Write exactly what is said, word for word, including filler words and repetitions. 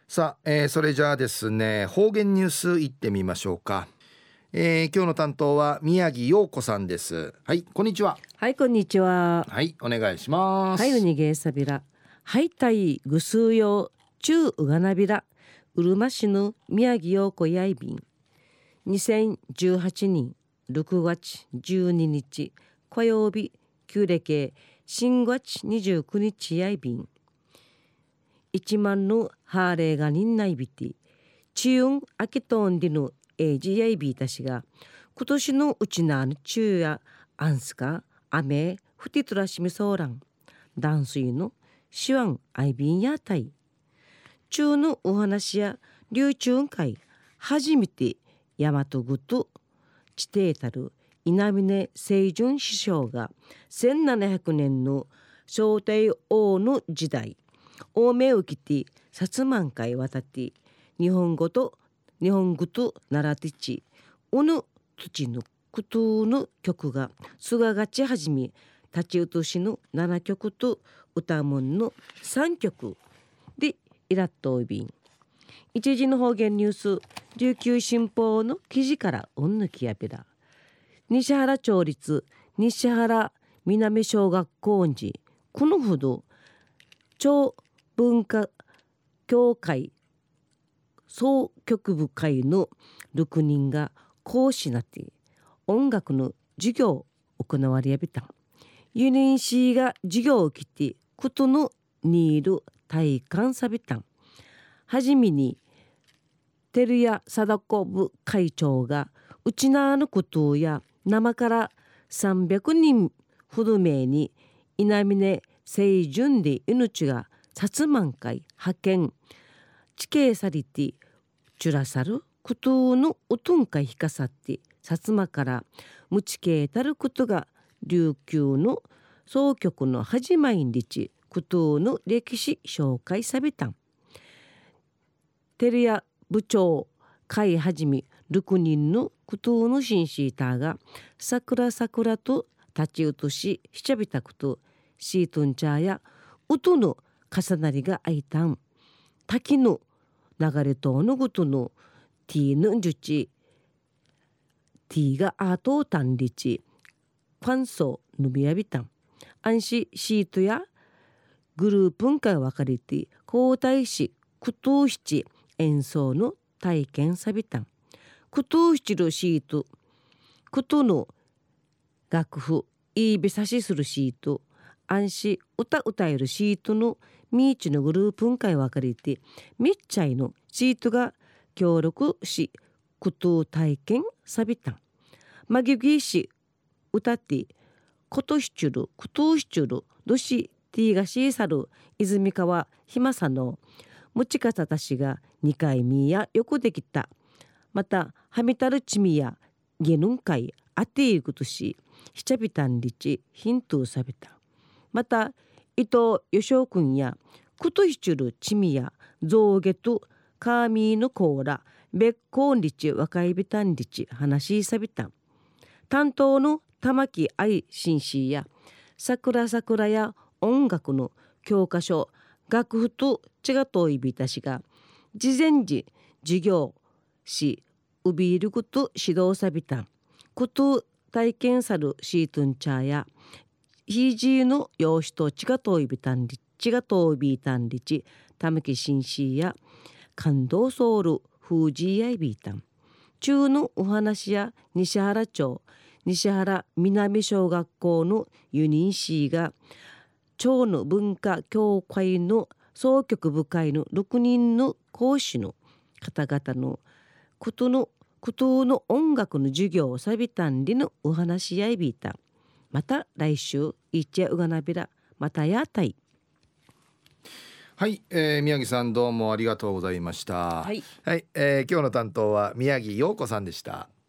さあ、えーそれじゃあですね、方言ニュースいってみましょうか。えー今日の担当は宮城陽子さんです。はい、こんにちは。 はい、こんにちは。 はい、お願いしまはい、うす。 にげさびら。はい、たいぐすうよう、ちゅううがなびら。うるま市の宮城陽子やいびん。にせんじゅうはちねんろくがつじゅうににち火曜日、旧暦新月にじゅうくにちやいびん。一万のハーレーが人内ビティ。チユンアキトンディのエイジやいびいたしが、今年のうちなあの中やアンスカ、アメ、フティトラシミソーラン、断水のシワンアイビンやたい。中のお話や流中会、初めて大和ぐと地底たる稲峰清純師匠がせんななひゃくねんの昭帝王の時代、大目をきて薩摩海渡って日本語と日本語と習ってちおぬ土の苦闘の曲がすががちはじめ立ち写しのななきょくと歌門のさんきょくでイラッとおびん。一時の方言ニュース琉球新報の記事からおんぬきやびら。西原町立西原南小学校んじこのほど町文化協会総局部会のろくにんが講師なって音楽の授業を行われやびた。ユニンシーが授業を受けてことのニール体感さびたん。はじめに照屋貞子部会長がうちなーのことや生からさんびゃくにんほど名に稲峰清純で命が薩摩会派遣地形さりてチュラサルことのおとんかひかさって薩摩から無地形たることが琉球の総局の始まり日ことの歴史紹介さびたん。照屋部長会はじめろくにんのことのシンシーターが桜桜と立ち写ししちゃびたことシートンチャーや音の重なりがあいたん。滝の流れとのごとのティーのじゅちティーがアートを単立ファンソーぬびやびたん。安心シートやグループンが分かれて交代し苦闘七演奏の体験さびたん。苦闘七のシート苦闘の楽譜いいべさしするシート安心歌歌えるシートのミーチのグループン会分かれてみっちゃいのシートが協力し苦闘体験さびたん。まぎぎし歌ってことしちゅる苦闘しちゅるどしティーがしーさる泉川ひまさの持ちかたたしがにかいみやよくできた。またはみたるちみやゲヌン会あていくとしひちゃびたんりちヒントをさびた。また伊藤よしおくんやことひちゅるちみや象牙とカーミーのコーラべっこんりち若いびたんりち話しさびた。担当の玉木愛紳士や桜桜や音楽の教科書楽譜と違がといびたしが事前時授業しうびいること指導さびたこと体験さるシートンチャーやひじーの様子と違がといびたんり違がといびたんりち玉木紳士や感動ソウル風じやいびいたん。中のお話や西原町西原南小学校のユニンシーが町の文化協会の総局部会のろくにんの講師の方々のことのことの音楽の授業をさびたんりのお話やいびいた。また来週いっちゃうがなびらまたやたい。 はい、えー宮城さんどうもありがとうございました。 はい、 はい、えー今日の担当は宮城陽子さんでした。